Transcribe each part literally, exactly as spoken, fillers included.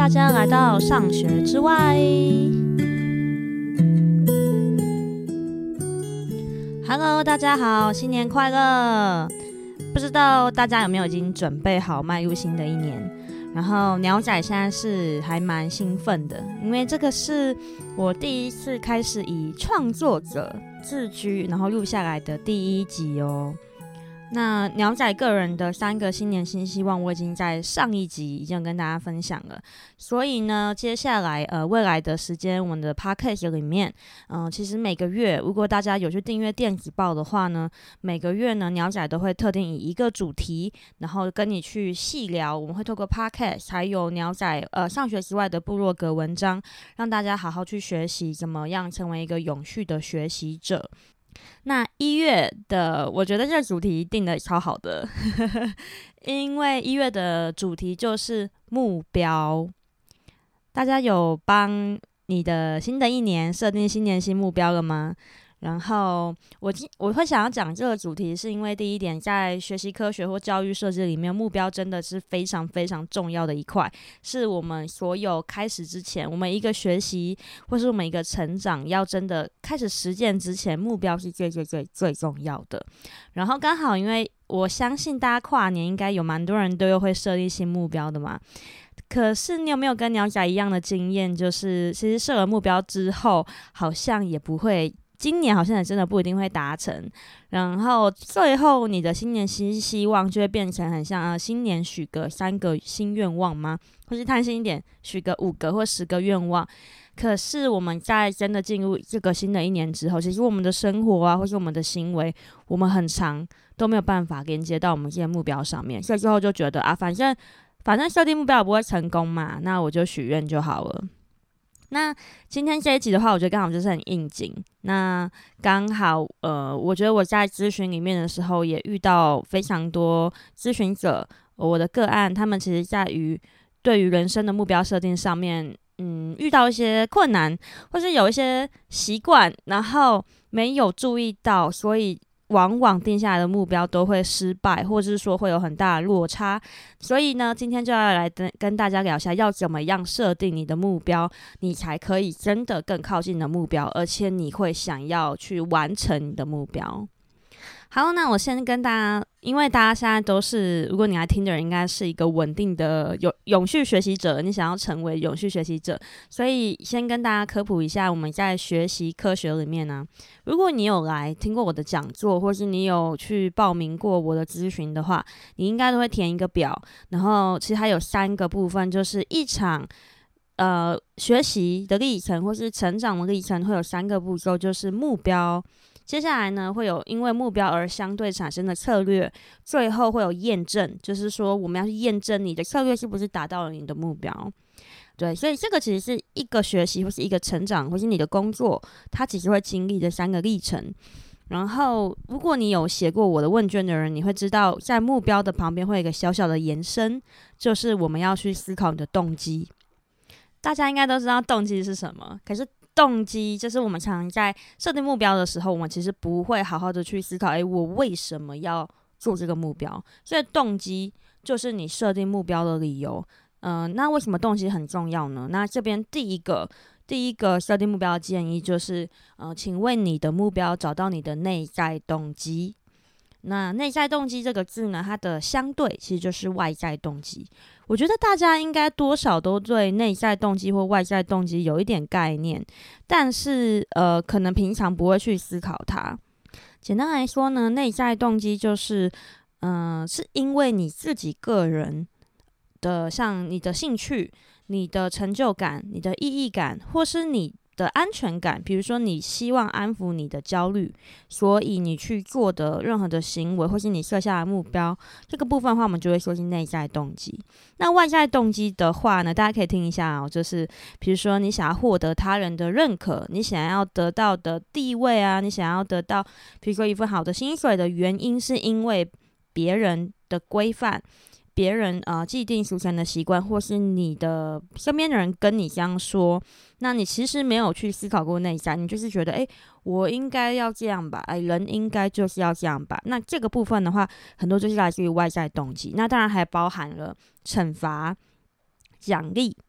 大家来到上学之外。Hello， 大家好，新年快乐！不知道大家有没有已经准备好迈入新的一年？然后鸟仔现在是还蛮兴奋的，因为这个是我第一次开始以创作者自居，然后录下来的第一集哦。那鸟仔个人的三个新年新希望，我已经在上一集已经跟大家分享了。所以呢，接下来呃未来的时间，我们的 podcast 里面，嗯、呃，其实每个月，如果大家有去订阅电子报的话呢，每个月呢，鸟仔都会特定以一个主题，然后跟你去细聊。我们会透过 podcast， 还有鸟仔呃上学之外的部落格文章，让大家好好去学习怎么样成为一个永续的学习者。那一月的，我觉得这个主题定的超好的，因为一月的主题就是目标。大家有帮你的新的一年设定新年新目标了吗？然后我我会想要讲这个主题，是因为第一点，在学习科学或教育设计里面，目标真的是非常非常重要的一块，是我们所有开始之前，我们一个学习或是我们一个成长，要真的开始实践之前，目标是最最最最重要的。然后刚好，因为我相信大家跨年应该有蛮多人都又会设立新目标的嘛。可是你有没有跟鸟仔一样的经验，就是其实设了目标之后，好像也不会。今年好像也真的不一定会达成，然后最后你的新年新希望就会变成很像啊，新年许个三个新愿望吗？或是贪心一点，许个五个或十个愿望。可是我们在真的进入这个新的一年之后，其实我们的生活啊，或是我们的行为，我们很常都没有办法连接到我们这些目标上面，所以最后就觉得啊，反正反正设定目标也不会成功嘛，那我就许愿就好了。那今天这一集的话，我觉得刚好就是很应景。那刚好，呃，我觉得我在咨询里面的时候，也遇到非常多咨询者，我的个案，他们其实在于对于人生的目标设定上面，嗯，遇到一些困难，或是有一些习惯，然后没有注意到，所以往往定下来的目标都会失败，或者是说会有很大的落差。所以呢，今天就要来跟大家聊一下，要怎么样设定你的目标，你才可以真的更靠近你的目标，而且你会想要去完成你的目标。好，那我先跟大家，因为大家现在都是，如果你来听的人，应该是一个稳定的永永续学习者，你想要成为永续学习者，所以先跟大家科普一下，我们在学习科学里面呢、啊，如果你有来听过我的讲座，或是你有去报名过我的咨询的话，你应该都会填一个表，然后其实它有三个部分，就是一场呃学习的历程或是成长的历程，会有三个步骤，就是目标。接下来呢，会有因为目标而相对产生的策略，最后会有验证，就是说我们要去验证你的策略是不是达到了你的目标。对，所以这个其实是一个学习或是一个成长或是你的工作，它其实会经历的三个历程。然后如果你有写过我的问卷的人，你会知道在目标的旁边会有一个小小的延伸，就是我们要去思考你的动机。大家应该都知道动机是什么，可是动机就是我们常常在设定目标的时候，我们其实不会好好的去思考，诶，我为什么要做这个目标？所以动机就是你设定目标的理由。嗯、呃，那为什么动机很重要呢？那这边第一个第一个设定目标的建议就是，呃，请为你的目标找到你的内在动机。那内在动机这个字呢，它的相对其实就是外在动机。我觉得大家应该多少都对内在动机或外在动机有一点概念，但是呃，可能平常不会去思考它。简单来说呢，内在动机就是，嗯、呃，是因为你自己个人的，像你的兴趣、你的成就感、你的意义感，或是你的安全感，比如说你希望安抚你的焦虑，所以你去做的任何的行为，或是你设下的目标，这个部分的话，我们就会说是内在动机。那外在动机的话呢，大家可以听一下哦，就是比如说你想要获得他人的认可，你想要得到的地位啊，你想要得到，比如说一份好的薪水的原因，是因为别人的规范。别人呃既定俗成的习惯，或是你的身边的人跟你这样说，那你其实没有去思考过内在，你就是觉得，哎，我应该要这样吧，哎，人应该就是要这样吧。那这个部分的话，很多就是来自于外在动机，那当然还包含了惩罚、奖励，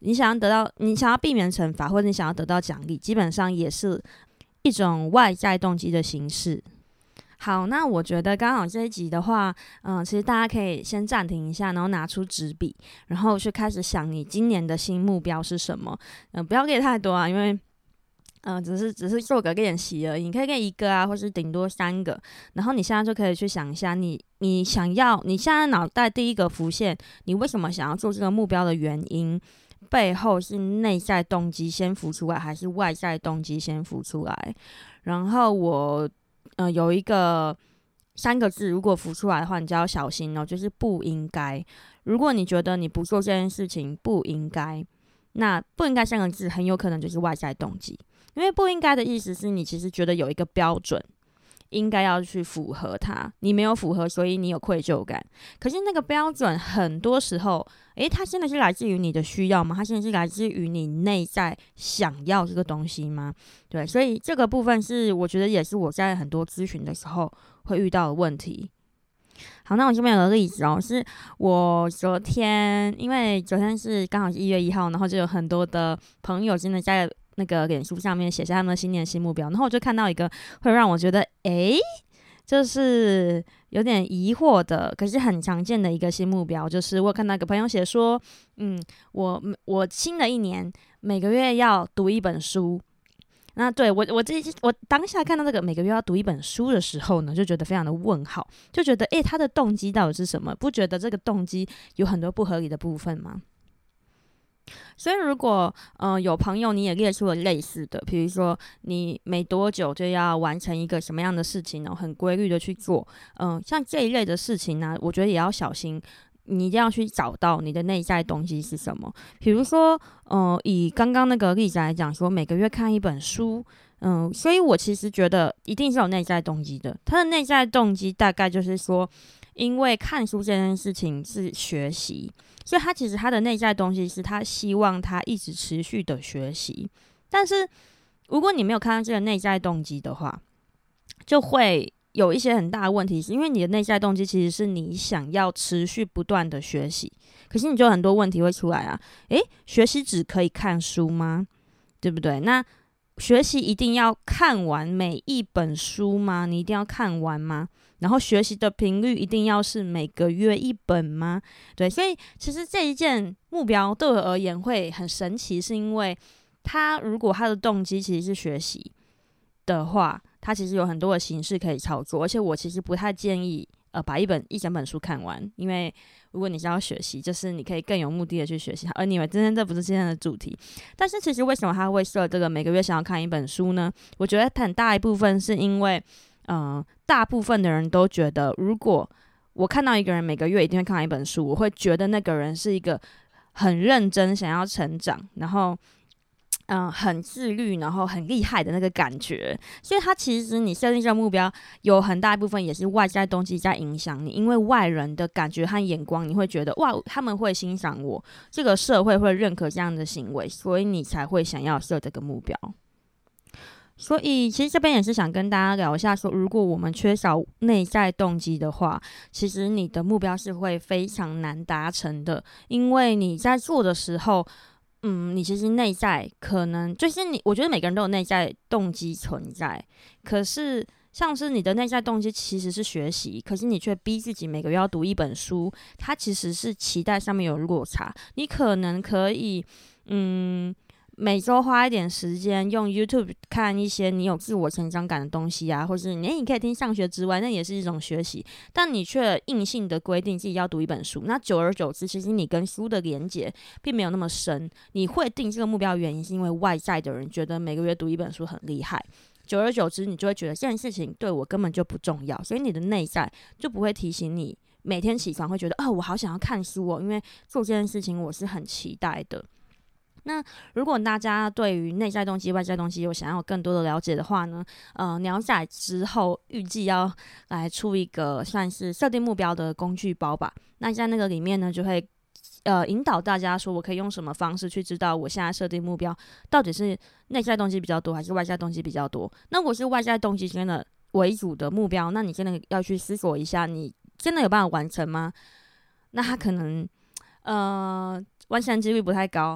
你想要得到，你想要避免惩罚，或者你想要得到奖励，基本上也是一种外在动机的形式。好，那我觉得刚好这一集的话，嗯，其实大家可以先暂停一下，然后拿出纸笔，然后去开始想你今年的新目标是什么。嗯，不要列太多啊，因为嗯，只是只是做个练习而已。你可以列一个啊，或是顶多三个。然后你现在就可以去想一下你，你想要，你现在脑袋第一个浮现，你为什么想要做这个目标的原因，背后是内在动机先浮出来，还是外在动机先浮出来？然后我。呃，有一个三个字，如果浮出来的话，你就要小心哦，就是不应该。如果你觉得你不做这件事情不应该，那不应该三个字很有可能就是外在动机，因为不应该的意思是你其实觉得有一个标准，应该要去符合它，你没有符合，所以你有愧疚感。可是那个标准很多时候，诶，它真的是来自于你的需要吗？它真的是来自于你内在想要这个东西吗？对，所以这个部分是我觉得也是我在很多咨询的时候会遇到的问题。好，那我这边有个例子哦，是我昨天，因为昨天是刚好是一月一号，然后就有很多的朋友真的在那个脸书上面写下他们的新年新目标，然后我就看到一个会让我觉得，诶，就是有点疑惑的，可是很常见的一个新目标，就是我看到一个朋友写说，嗯，我我新的一年每个月要读一本书。那对我我这我当下看到这个每个月要读一本书的时候呢，就觉得非常的问号，就觉得诶，他的动机到底是什么？不觉得这个动机有很多不合理的部分吗？所以如果呃有朋友你也列出了类似的，比如说你每多久就要完成一个什么样的事情呢？很规律的去做，嗯、呃，像这一类的事情呢、啊，我觉得也要小心。你一定要去找到你的内在动机是什么。比如说，呃，以刚刚那个例子来讲，说每个月看一本书，嗯、呃，所以我其实觉得一定是有内在动机的。他的内在动机大概就是说，因为看书这件事情是学习，所以他其实他的内在东西是他希望他一直持续的学习。但是如果你没有看到这个内在动机的话，就会有一些很大的问题，是因为你的内在动机其实是你想要持续不断的学习，可是你就有很多问题会出来啊。诶，学习只可以看书吗？对不对？那学习一定要看完每一本书吗？你一定要看完吗？然后学习的频率一定要是每个月一本吗？对，所以其实这一件目标对我而言会很神奇，是因为他如果他的动机其实是学习的话，它其实有很多的形式可以操作，而且我其实不太建议呃把一本一整本书看完，因为如果你是要学习，就是你可以更有目的的去学习。而你们真的这不是今天的主题，但是其实为什么他会设这个每个月想要看一本书呢？我觉得很大一部分是因为，嗯、呃，大部分的人都觉得，如果我看到一个人每个月一定会看完一本书，我会觉得那个人是一个很认真想要成长，然后嗯，很自律，然后很厉害的那个感觉，所以他其实你设定这个目标有很大一部分也是外在动机在影响你，因为外人的感觉和眼光，你会觉得哇，他们会欣赏我，这个社会会认可这样的行为，所以你才会想要设这个目标。所以其实这边也是想跟大家聊一下说，如果我们缺少内在动机的话，其实你的目标是会非常难达成的，因为你在做的时候嗯，你其实内在可能就是你，我觉得每个人都有内在动机存在，可是像是你的内在动机其实是学习，可是你却逼自己每个月要读一本书，它其实是期待上面有落差。你可能可以，嗯。每周花一点时间用 YouTube 看一些你有自我成长感的东西啊，或是你你可以听上学之外，那也是一种学习。但你却硬性的规定自己要读一本书，那久而久之，其实你跟书的连结并没有那么深。你会定这个目标的原因，是因为外在的人觉得每个月读一本书很厉害。久而久之，你就会觉得这件事情对我根本就不重要，所以你的内在就不会提醒你，每天起床会觉得，哦，我好想要看书哦，因为做这件事情我是很期待的。那如果大家对于内在动机、外在动机有想要更多的了解的话呢，呃，鸟仔之后预计要来出一个算是设定目标的工具包吧。那在那个里面呢，就会呃引导大家说，我可以用什么方式去知道我现在设定目标到底是内在动机比较多，还是外在动机比较多。那如果是外在动机真的为主的目标，那你真的要去思索一下，你真的有办法完成吗？那他可能呃完成几率不太高。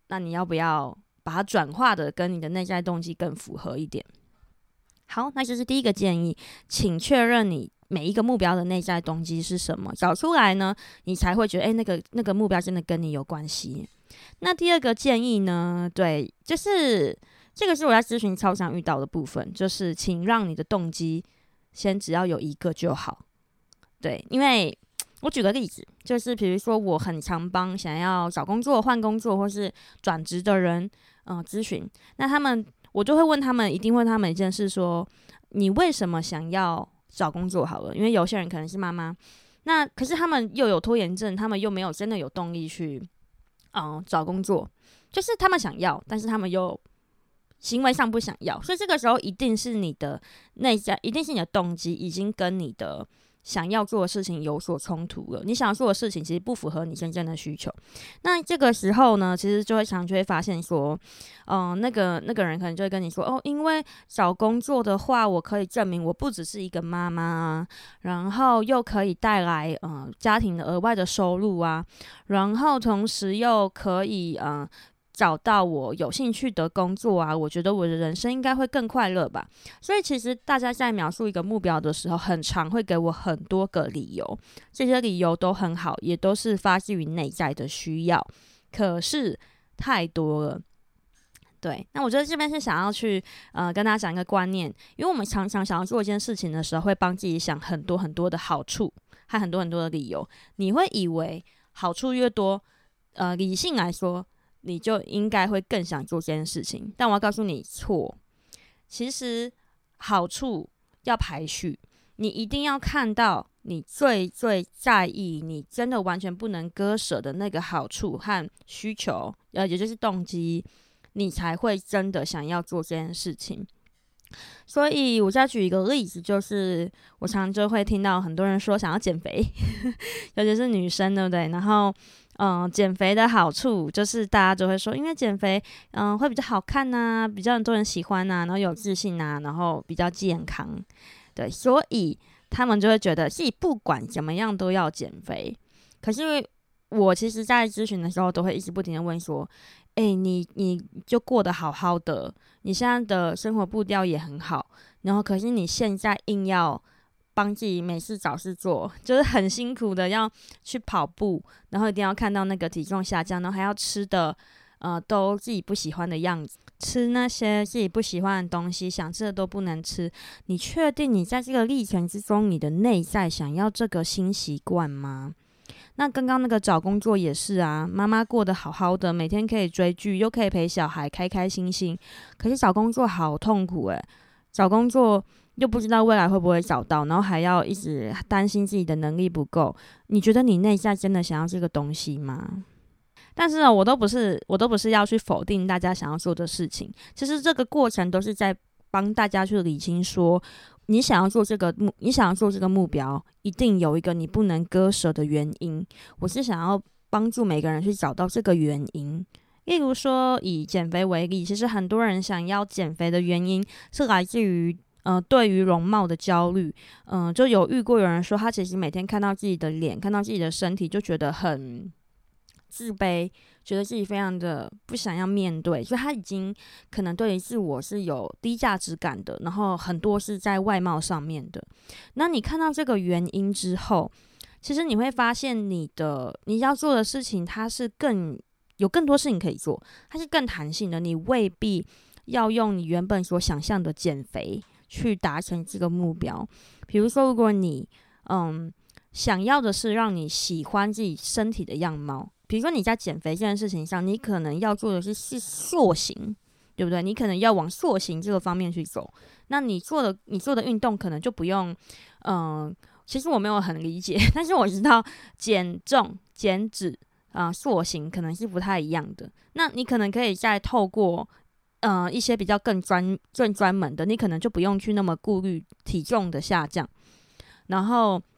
那你要不要把它转化的跟你的内在动机更符合一点？好，那就是第一个建议，请确认你每一个目标的内在动机是什么，找出来呢，你才会觉得，哎、欸，那个那个目标真的跟你有关系。那第二个建议呢，对，就是这个是我在咨询超常遇到的部分，就是请让你的动机先只要有一个就好。对，因为我举个例子，就是比如说我很常帮想要找工作、换工作或是转职的人，嗯、呃，咨询，那他们我就会问他们，一定问他们一件事说，你为什么想要找工作好了？因为有些人可能是妈妈，那可是他们又有拖延症，他们又没有真的有动力去嗯找工作，就是他们想要，但是他们又行为上不想要，所以这个时候一定是你的内在，一定是你的动机已经跟你的想要做的事情有所冲突了，你想要做的事情其实不符合你真正的需求。那这个时候呢，其实就会常就会发现说，嗯、呃，那个那个人可能就会跟你说，哦，因为找工作的话，我可以证明我不只是一个妈妈啊，然后又可以带来呃家庭的额外的收入啊，然后同时又可以呃。找到我有兴趣的工作啊，我觉得我的人生应该会更快乐吧。所以其实大家在描述一个目标的时候，很常会给我很多个理由，这些理由都很好，也都是发自于内在的需要，可是太多了。对，那我觉得这边是想要去呃跟大家讲一个观念，因为我们常常想要做一件事情的时候，会帮自己想很多很多的好处和很多很多的理由，你会以为好处越多，呃，理性来说，你就应该会更想做这件事情，但我要告诉你错。其实好处要排序，你一定要看到你最最在意、你真的完全不能割舍的那个好处和需求，呃，也就是动机，你才会真的想要做这件事情。所以我再举一个例子，就是我常常就会听到很多人说想要减肥，尤其是女生，对不对？然后嗯，减肥的好处就是大家就会说，因为减肥，嗯，会比较好看呐、啊，比较很多人喜欢呐、啊，然后有自信呐、啊，然后比较健康，对，所以他们就会觉得自己不管怎么样都要减肥。可是我其实在咨询的时候，都会一直不停的问说，哎、欸，你你就过得好好的，你现在的生活步调也很好，然后可是你现在硬要帮自己没事找事做，就是很辛苦的要去跑步，然后一定要看到那个体重下降，然后还要吃的呃都自己不喜欢的样子，吃那些自己不喜欢的东西，想吃的都不能吃。你确定你在这个历程之中，你的内在想要这个新习惯吗？那刚刚那个找工作也是啊，妈妈过得好好的，每天可以追剧，又可以陪小孩，开开心心。可是找工作好痛苦诶、欸，找工作又不知道未来会不会找到，然后还要一直担心自己的能力不够。你觉得你内在真的想要这个东西吗？但是呢，我都不是，我都不是要去否定大家想要做的事情。其实这个过程都是在帮大家去理清说，你想要做这个目，你想要做这个目标，一定有一个你不能割舍的原因。我是想要帮助每个人去找到这个原因。例如说，以减肥为例，其实很多人想要减肥的原因是来自于呃对于容貌的焦虑。嗯、呃，就有遇过有人说，他其实每天看到自己的脸，看到自己的身体，就觉得很自卑，觉得自己非常的不想要面对，所以他已经可能对于自我是有低价值感的，然后很多是在外貌上面的。那你看到这个原因之后，其实你会发现你的你要做的事情，它是更有更多事情可以做，它是更弹性的，你未必要用你原本所想象的减肥去达成这个目标。比如说，如果你嗯想要的是让你喜欢自己身体的样貌，比如说你在减肥这件事情上，你可能要做的是是塑形，对不对？你可能要往塑形这个方面去走。那你做的你做的运动可能就不用，嗯、呃，其实我没有很理解，但是我知道减重、减脂啊、呃、塑形可能是不太一样的。那你可能可以再透过呃一些比较更专更专门的，你可能就不用去那么顾虑体重的下降，然后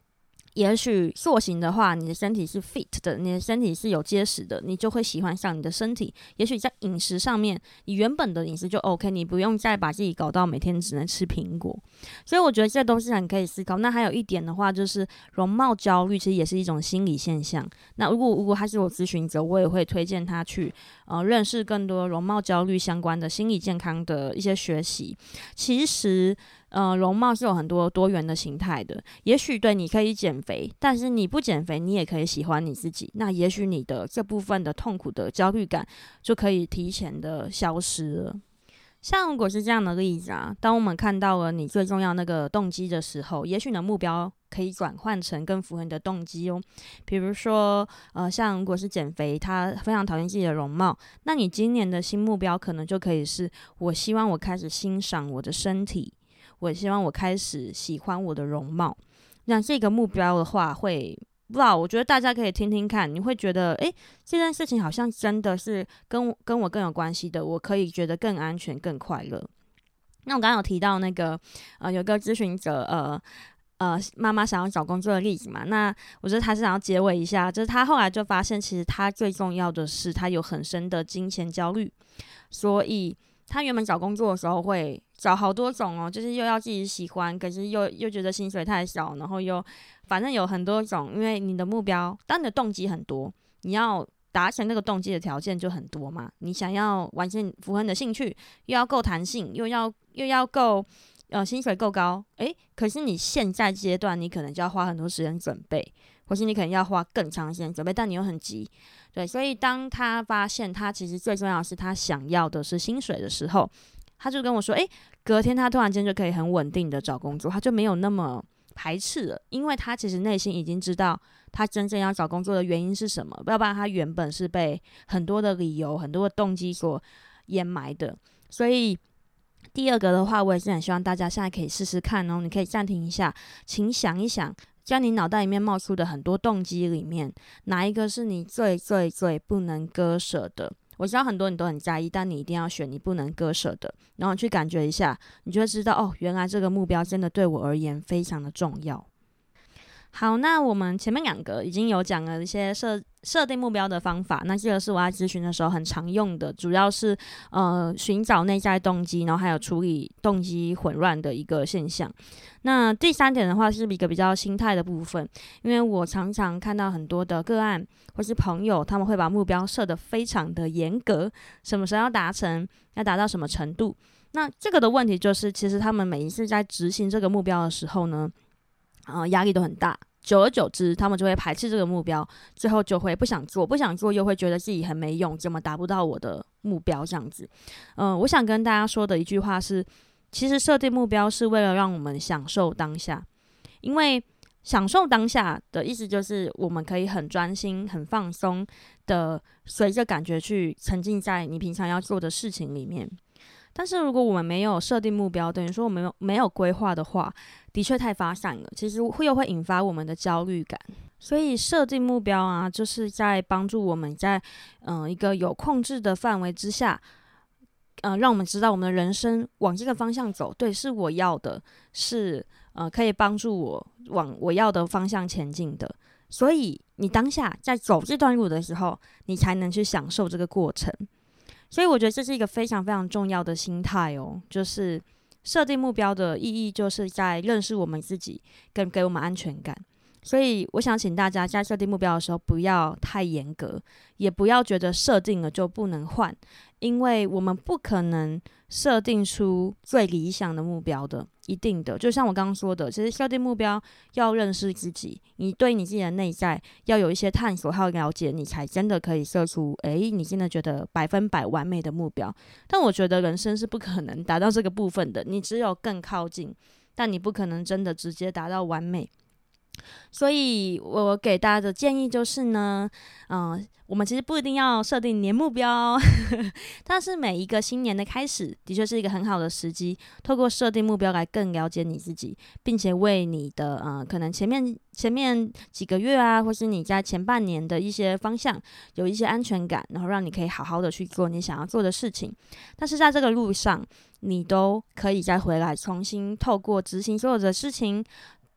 也许塑形的话，你的身体是 fit 的，你的身体是有结实的，你就会喜欢上你的身体。也许在饮食上面，你原本的饮食就 OK， 你不用再把自己搞到每天只能吃苹果。所以我觉得这都是很可以思考。那还有一点的话，就是容貌焦虑其实也是一种心理现象。那如果如果他是我咨询者，我也会推荐他去呃认识更多容貌焦虑相关的心理健康的一些学习。其实呃，容貌是有很多多元的形态的，也许对你可以减肥，但是你不减肥，你也可以喜欢你自己。那也许你的这部分的痛苦的焦虑感就可以提前的消失了。像如果是这样的例子啊，当我们看到了你最重要那个动机的时候，也许你的目标可以转换成更符合你的动机哦。比如说，呃，像如果是减肥，他非常讨厌自己的容貌，那你今年的新目标可能就可以是：我希望我开始欣赏我的身体。我希望我开始喜欢我的容貌。那这个目标的话会，不知道，我觉得大家可以听听看，你会觉得诶，这件事情好像真的是跟跟我更有关系的，我可以觉得更安全更快乐。那我刚刚有提到那个呃有个咨询者呃呃妈妈想要找工作的例子嘛，那我觉得他是想要结尾一下，就是他后来就发现其实他最重要的是他有很深的金钱焦虑，所以他原本找工作的时候会找好多种哦，就是又要自己喜欢，可是又又觉得薪水太少，然后又反正有很多种，因为你的目标，当你的动机很多，你要达成那个动机的条件就很多嘛。你想要完成符合你的兴趣，又要够弹性，又要又要够呃薪水够高，诶，可是你现在阶段你可能就要花很多时间准备，或是你可能要花更长时间准备，但你又很急。对，所以当他发现他其实最重要的是他想要的是薪水的时候，他就跟我说，诶，隔天他突然间就可以很稳定的找工作，他就没有那么排斥了，因为他其实内心已经知道他真正要找工作的原因是什么，要不然他原本是被很多的理由、很多的动机所掩埋的。所以第二个的话，我也是很希望大家现在可以试试看哦，你可以暂停一下，请想一想，在你脑袋里面冒出的很多动机里面，哪一个是你最最最不能割舍的？我知道很多人都很在意，但你一定要选你不能割舍的，然后去感觉一下，你就会知道哦，原来这个目标真的对我而言非常的重要。好，那我们前面两个已经有讲了一些设设定目标的方法，那这个是我在咨询的时候很常用的，主要是呃寻找内在动机，然后还有处理动机混乱的一个现象。那第三点的话是一个比较心态的部分，因为我常常看到很多的个案或是朋友，他们会把目标设得非常的严格，什么时候要达成，要达到什么程度。那这个的问题就是，其实他们每一次在执行这个目标的时候呢，呃，压力都很大，久而久之，他们就会排斥这个目标，最后就会不想做，不想做又会觉得自己很没用，怎么达不到我的目标这样子。嗯、呃，我想跟大家说的一句话是，其实设定目标是为了让我们享受当下，因为享受当下的意思就是我们可以很专心、很放松的随着感觉去沉浸在你平常要做的事情里面。但是如果我们没有设定目标，等于说我们没有没有规划的话，的确太发散了，其实会又会引发我们的焦虑感。所以设定目标啊，就是在帮助我们在嗯、呃、一个有控制的范围之下，呃，让我们知道我们的人生往这个方向走，对，是我要的，是呃可以帮助我往我要的方向前进的。所以你当下在走这段路的时候，你才能去享受这个过程。所以我觉得这是一个非常非常重要的心态哦，就是设定目标的意义就是在认识我们自己，跟给我们安全感。所以我想请大家在设定目标的时候不要太严格，也不要觉得设定了就不能换，因为我们不可能设定出最理想的目标的，一定的。就像我刚刚说的，其实设定目标要认识自己，你对你自己的内在要有一些探索和了解，你才真的可以设出诶你真的觉得百分百完美的目标。但我觉得人生是不可能达到这个部分的，你只有更靠近，但你不可能真的直接达到完美。所以我给大家的建议就是呢，嗯、呃，我们其实不一定要设定年目标，但是每一个新年的开始的确是一个很好的时机，透过设定目标来更了解你自己，并且为你的呃可能前面前面几个月啊，或是你在前半年的一些方向有一些安全感，然后让你可以好好的去做你想要做的事情。但是在这个路上，你都可以再回来重新透过执行所有的事情，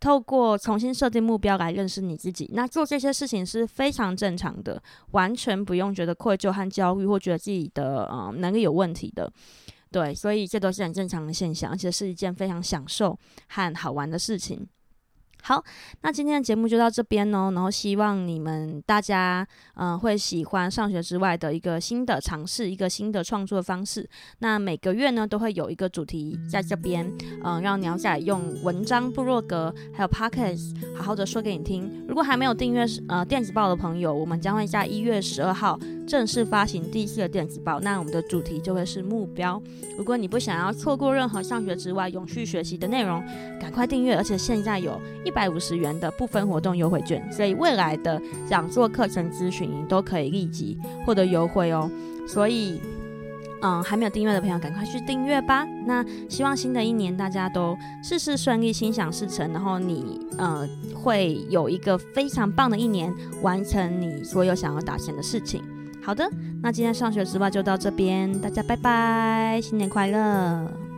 透过重新设定目标来认识你自己。那做这些事情是非常正常的，完全不用觉得愧疚和焦虑，或觉得自己的呃能力有问题的。对，所以这都是很正常的现象，而且是一件非常享受和好玩的事情。好，那今天的节目就到这边哦，然后希望你们大家嗯、呃、会喜欢上学之外的一个新的尝试，一个新的创作方式。那每个月呢都会有一个主题在这边，嗯、呃，让鸟仔用文章、部落格还有 podcast 好好的说给你听。如果还没有订阅呃电子报的朋友，我们将会在一月十二号正式发行第四个电子报，那我们的主题就会是目标。如果你不想要错过任何上学之外永续学习的内容，赶快订阅，而且现在有一百五十元的部分活动优惠券，所以未来的讲座课程咨询你都可以立即获得优惠哦。所以嗯，还没有订阅的朋友赶快去订阅吧。那希望新的一年大家都事事顺利，心想事成，然后你呃会有一个非常棒的一年，完成你所有想要达成的事情。好的，那今天上学之外就到这边，大家拜拜，新年快乐。